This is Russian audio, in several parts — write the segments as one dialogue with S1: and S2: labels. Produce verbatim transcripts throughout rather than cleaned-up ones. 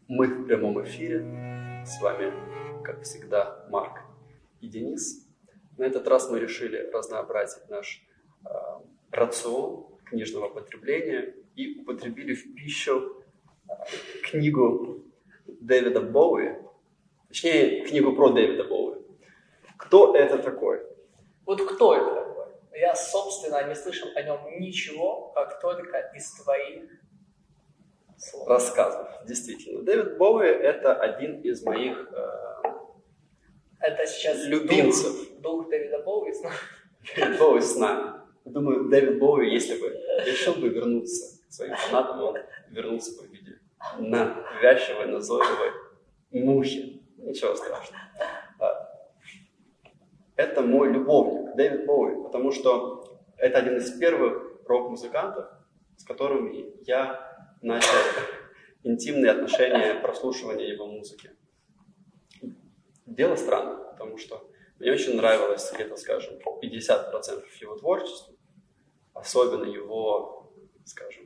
S1: Мы в прямом эфире. С вами, как всегда, Марк и Денис. На этот раз мы решили разнообразить наш э, рацион книжного потребления и употребили в пищу э, книгу Дэвида Боуи, точнее, книгу про Дэвида Боуи. Кто это такой?
S2: Вот кто это такой? Я, собственно, не слышал о нем ничего, как только из твоих слов.
S1: Рассказов. Действительно. Дэвид Боуи – это один из моих э,
S2: это сейчас
S1: любимцев.
S2: Дух, дух Дэвида Боуи.
S1: Дэвид Боуи с нами. Думаю, Дэвид Боуи, если бы решил бы вернуться к своим фанатам, он вернулся бы в виде навязчивой, назойливой мухи. Ничего страшного. Это мой любовник, Дэвид Боуи, потому что это один из первых рок-музыкантов, с которыми я начал интимные отношения прослушивания его музыки. Дело странное, потому что мне очень нравилось где-то, скажем, пятьдесят процентов его творчества, особенно его, скажем,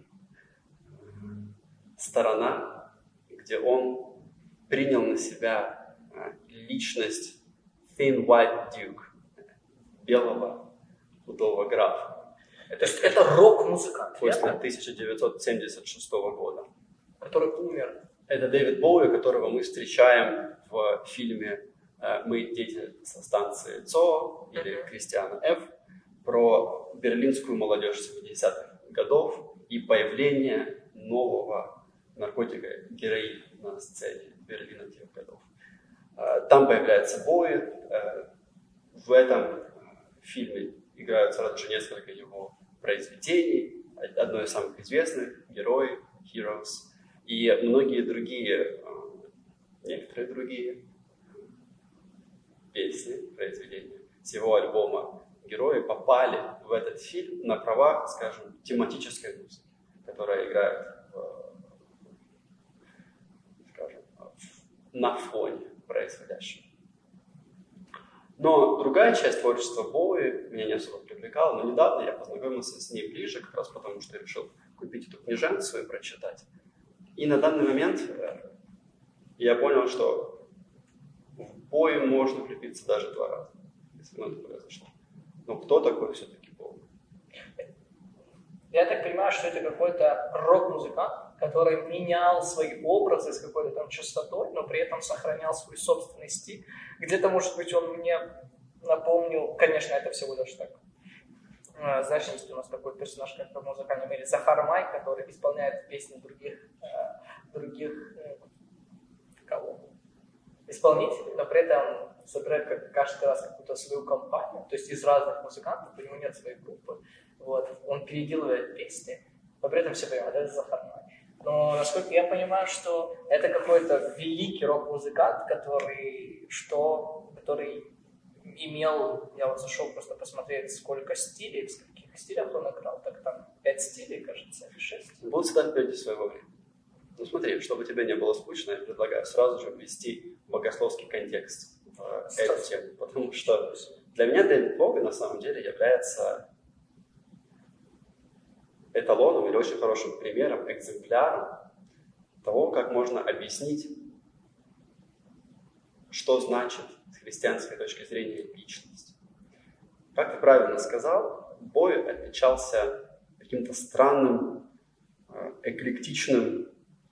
S1: сторона, где он принял на себя личность Thin White Duke, белого худого графа.
S2: То есть это рок-музыкант,
S1: после
S2: верно?
S1: тысяча девятьсот семьдесят шестого года.
S2: Который умер.
S1: Это Дэвид Боуи, которого мы встречаем в фильме «Мы дети со станции ЦО» или «Кристиана Ф.» про берлинскую молодежь семидесятых годов и появление нового наркотика героина на сцене Берлина тех годов. Там появляется Боуи. В этом фильме играют сразу же несколько его произведений. Одно из самых известных — «Герои», «Heroes», и многие другие, некоторые другие песни, произведения с его альбома «Герои» попали в этот фильм на правах, скажем, тематической музыки, которая играет в, скажем, на фоне происходящего. Но другая часть творчества Боуи меня не особо привлекала, но недавно я познакомился с ней ближе, как раз потому, что решил купить эту книженцию и прочитать. И на данный момент я понял, что в Боуи можно влюбиться даже два раза, если оно такое произошло. Но кто такой все-таки Боуи?
S2: Я так понимаю, что это какой-то рок-музыкант, который менял свои образы с какой-то там частотой, но при этом сохранял свой собственный стиль. Где-то, может быть, он мне напомнил, конечно, это всего лишь так. Знаешь, есть у нас такой персонаж, как в музыкальном мире, Захар Май, который исполняет песни других, других кого? исполнителей, но при этом собирает как каждый раз какую-то свою компанию, то есть из разных музыкантов, у него нет своей группы. Вот. Он переделывает песни, но при этом все понимают, это Захар Май. Но, насколько я понимаю, что это какой-то великий рок-музыкант, который, что, который имел, я вот зашел просто посмотреть, сколько стилей, в скольких стилях он играл, так там пять стилей, кажется, или шесть.
S1: Был всегда впереди своего времени. Ну смотри, чтобы тебе не было скучно, я предлагаю сразу же ввести богословский контекст в эту тему, потому что для меня Дэвид Боуи на самом деле является эталоном или очень хорошим примером, экземпляром того, как можно объяснить, что значит с христианской точки зрения личность. Как ты правильно сказал, Боуи отличался каким-то странным, эклектичным,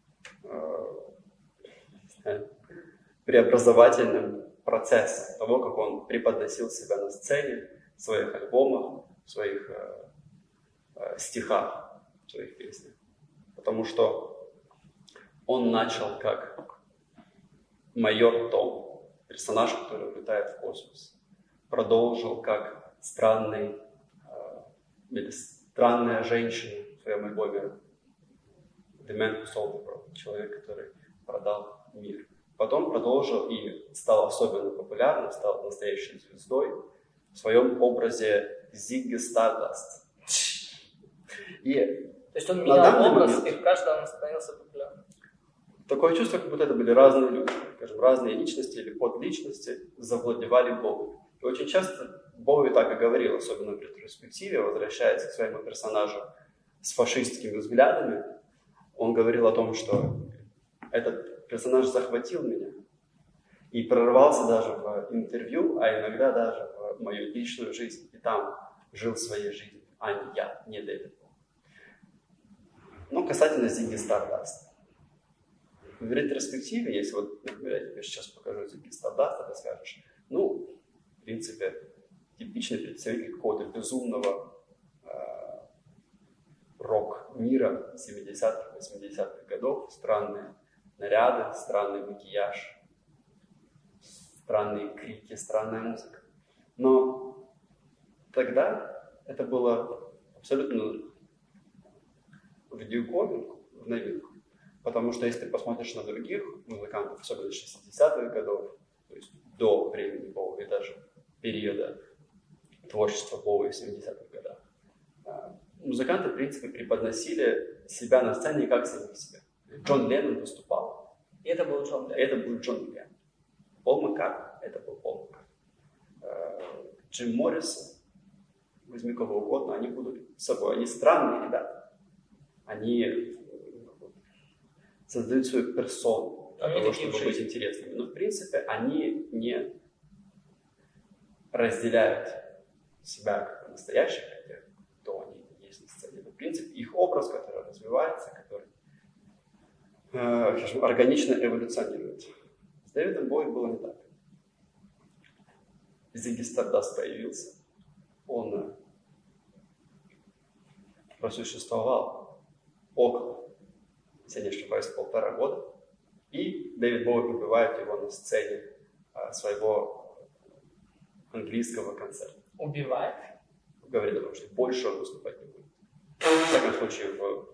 S1: преобразовательным процессом того, как он преподносил себя на сцене, в своих альбомах, в своих стихах, в своих песнях. Потому что он начал как майор Том, персонаж, который улетает в космос. Продолжил как странный, или странная женщина в своем альбоме The Man Who Sold the World, человек, который продал мир. Потом продолжил и стал особенно популярным, стал настоящей звездой в своем образе Зигги Стардаст. И
S2: то есть он менял образ, момент, и в каждом он становился популярным.
S1: Такое чувство, как будто это были разные люди, скажем, разные личности или подличности завладевали Боуи. И очень часто Боуи так и говорил, особенно в ретроспективе, возвращаясь к своему персонажу с фашистскими взглядами. Он говорил о том, что этот персонаж захватил меня и прорвался даже в интервью, а иногда даже в мою личную жизнь. И там жил своей жизнью, а не я, не Дэвид Боуи. Но касательно Зигги Стардаста. В ретроспективе, если вот, например, я тебе сейчас покажу Зигги Стардаста, ты скажешь, ну, в принципе, типичный представитель какого-то безумного э, рок-мира семидесятых, восьмидесятых годов, странные наряды, странный макияж, странные крики, странная музыка. Но тогда это было абсолютно в диковинку, в новинку. Потому что если ты посмотришь на других музыкантов, особенно шестидесятых годов, то есть до времени Боуи и даже периода творчества Боуи в семидесятых годах, музыканты, в принципе, преподносили себя на сцене как самих себя. Джон Леннон выступал.
S2: И это был Джон Леннон.
S1: Это был Джон Леннон. Пол Маккартни, это был Пол Маккартни. Джим Моррисон, возьми кого угодно, они будут собой. Они странные ребята. Они создают свою персону для того, чтобы быть интересными. Но, в принципе, они не разделяют себя как настоящих, кто они есть на сцене. Но, в принципе, их образ, который развивается, который э, скажем, органично эволюционирует. С Дэвидом Боуи было не так. Зигги Стардаст появился. Он просуществовал около, если я не ошибаюсь, полтора года. И Дэвид Боуи убивает его на сцене а, своего английского концерта.
S2: Убивает?
S1: Говорит о том, что больше он выступать не будет. В всяком случае, в,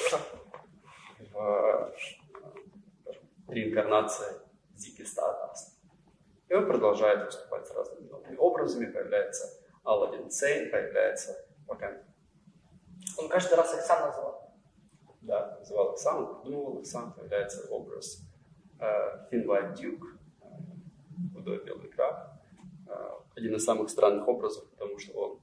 S1: в, в реинкарнации Зигги Стардаста. И он продолжает выступать с разными новыми образами. Появляется Аладдин Сейн, появляется пока...
S2: Он каждый раз их сам называл.
S1: Да, называл их сам, он придумывал их сам. Появляется образ uh, Thin White Duke, uh, худой белый граф. Uh, один из самых странных образов, потому что он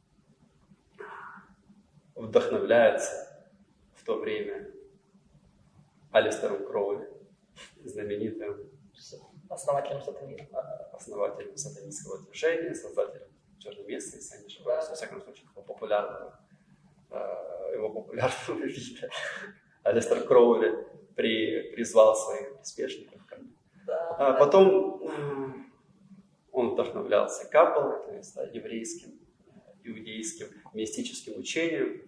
S1: вдохновляется в то время Алистером Кроули, знаменитым
S2: основателем сатанизма.
S1: Основателем сатанистского движения, создателем черной мессы, если я не ошибаюсь, во всяком случае, такого популярного, его популярного вида. Алистер Кроули при, призвал своих приспешников ко мне.
S2: Да,
S1: а
S2: да.
S1: Потом он вдохновлялся Каббалой, то есть да, еврейским, иудейским, мистическим учением.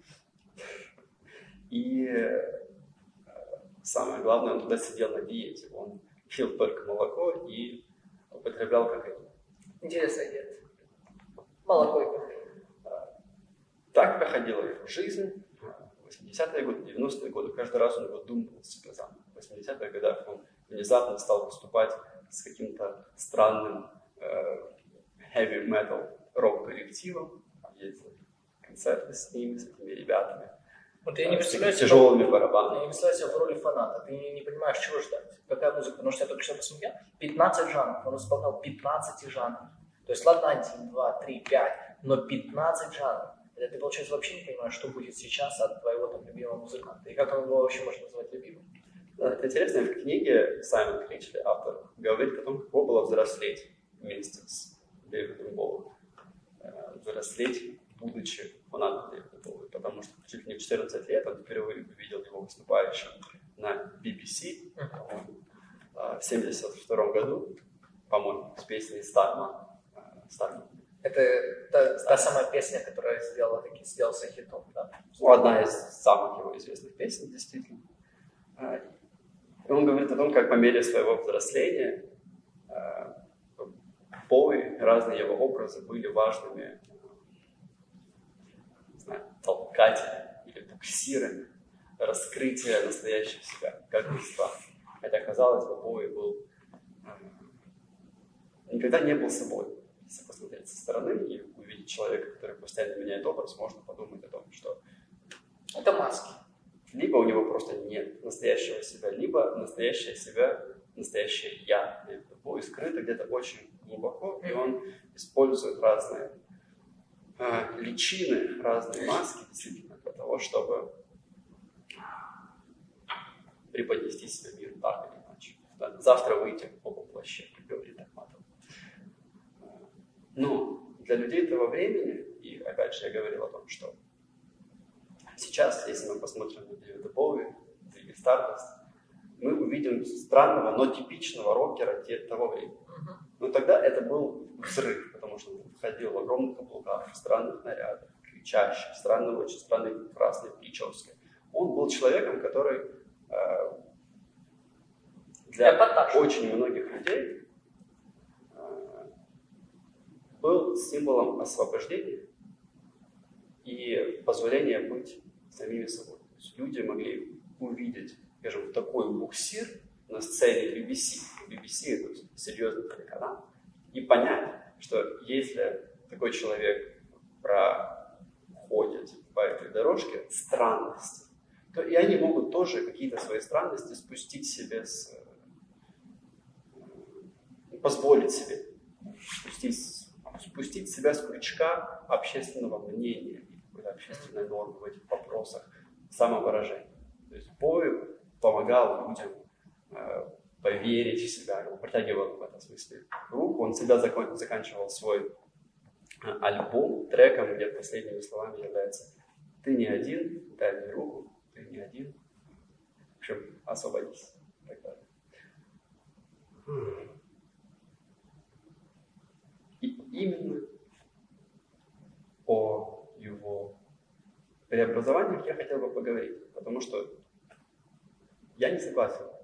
S1: И самое главное, он туда сидел на диете. Он пил только молоко и употреблял кокаин.
S2: Интересная диета. Молоко и кокаин.
S1: Так проходила его жизнь. В восьмидесятые годы, девяностые годы, каждый раз он его думал с глазами. В восьмидесятых годах он внезапно стал выступать с каким-то странным э, heavy metal рок-коллективом. Ездил концерты с ними, с этими ребятами.
S2: Вот я не представляю
S1: с тяжелыми барабанами.
S2: Я не представляю себя в роли фаната. Ты не, не понимаешь, чего ждать. Какая музыка? Потому что я только что посмотрел. пятнадцать жанров. Он исполнял пятнадцать жанров. То есть ладно, один, два, три, пять, но пятнадцать жанров. Это ты, получается, вообще не понимаешь, что будет сейчас от твоего там любимого музыканта. И как он его вообще можно назвать любимым.
S1: Да, это интересно. В книге Саймон Кричли, автор, говорит о том, каково было взрослеть вместе с Дэвидом Боуи. Взрослеть, будучи фанатом Дэвида Боуи. Потому что чуть ли не в четырнадцать лет он впервые увидел его выступающим на би би си в семьдесят втором году, по-моему, с песней Starman. Starman.
S2: Это та, та самая песня, которая сделала таки, сделался хитом, да?
S1: Ну, одна из самых его известных песен, действительно. И он говорит о том, как по мере своего взросления Боуи, разные его образы были важными, не знаю, толкателями или буксирами раскрытия настоящего себя, как ни странно. Хотя, казалось бы, Боуи был никогда не был собой. Если посмотреть со стороны и увидеть человека, который постоянно меняет образ, можно подумать о том, что
S2: это маски.
S1: Либо у него просто нет настоящего себя, либо настоящее себя, настоящее я. Это будет скрыто где-то очень глубоко, и он использует разные э, личины, разные маски, действительно, для того, чтобы преподнести себе мир так, завтра выйти в голом плаще, как говорит Ахматов. Но для людей того времени, и опять же я говорил о том, что сейчас, если мы посмотрим на Дэвида Боуи, Зигги Стардаст, мы увидим странного, но типичного рокера того времени. Но тогда это был взрыв, потому что он ходил в огромных каблуках, в странных нарядах, кричащих, странной, очень странной красной прической. Он был человеком, который э, для очень многих людей э, был символом освобождения и позволения быть самими собой. То есть люди могли увидеть, скажем, такой буксир на сцене би би си, би би си это серьезный телеканал, и понять, что если такой человек проходит по этой дорожке странности, то и они могут тоже какие-то свои странности спустить себе, с, позволить себе спустить, спустить себя с крючка общественного мнения и какой-то общественной нормы в этих вопросах самовыражения. То есть Боуи помогал людям э, поверить в себя, он протягивал в этом смысле руку, он всегда закон, заканчивал свой э, альбом треком, где последними словами является «Ты не один, дай мне руку, ты не один, в общем, освободись». И так далее. И именно о его преобразованиях я хотел бы поговорить, потому что я не согласен